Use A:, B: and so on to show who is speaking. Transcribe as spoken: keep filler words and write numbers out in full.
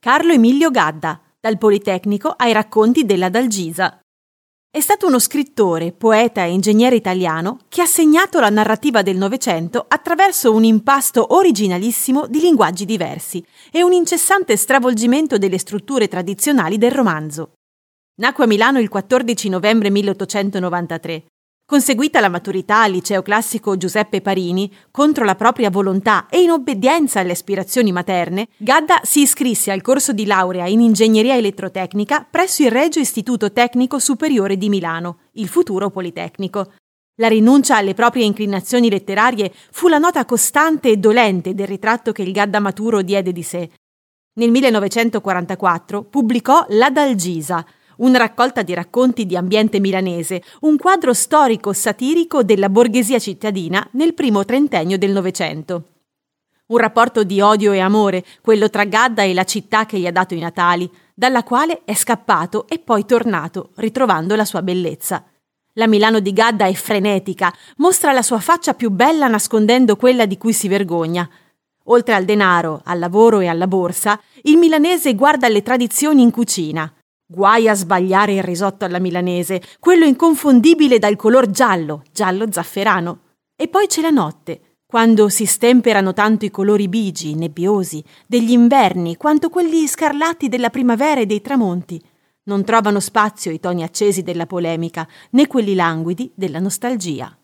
A: Carlo Emilio Gadda, dal Politecnico ai racconti dell'Adalgisa. È stato uno scrittore, poeta e ingegnere italiano che ha segnato la narrativa del Novecento attraverso un impasto originalissimo di linguaggi diversi e un incessante stravolgimento delle strutture tradizionali del romanzo. Nacque a Milano il quattordici novembre milleottocentonovantatré. Conseguita la maturità al liceo classico Giuseppe Parini, contro la propria volontà e in obbedienza alle aspirazioni materne, Gadda si iscrisse al corso di laurea in ingegneria elettrotecnica presso il Regio Istituto Tecnico Superiore di Milano, il futuro Politecnico. La rinuncia alle proprie inclinazioni letterarie fu la nota costante e dolente del ritratto che il Gadda maturo diede di sé. Nel millenovecentoquarantaquattro pubblicò L'Adalgisa, una raccolta di racconti di ambiente milanese, un quadro storico-satirico della borghesia cittadina nel primo trentennio del Novecento. Un rapporto di odio e amore, quello tra Gadda e la città che gli ha dato i natali, dalla quale è scappato e poi tornato, ritrovando la sua bellezza. La Milano di Gadda è frenetica, mostra la sua faccia più bella nascondendo quella di cui si vergogna. Oltre al denaro, al lavoro e alla borsa, il milanese guarda alle tradizioni in cucina. Guai a sbagliare il risotto alla milanese, quello inconfondibile dal color giallo, giallo zafferano. E poi c'è la notte, quando si stemperano tanto i colori bigi, nebbiosi, degli inverni quanto quelli scarlatti della primavera e dei tramonti. Non trovano spazio i toni accesi della polemica, né quelli languidi della nostalgia.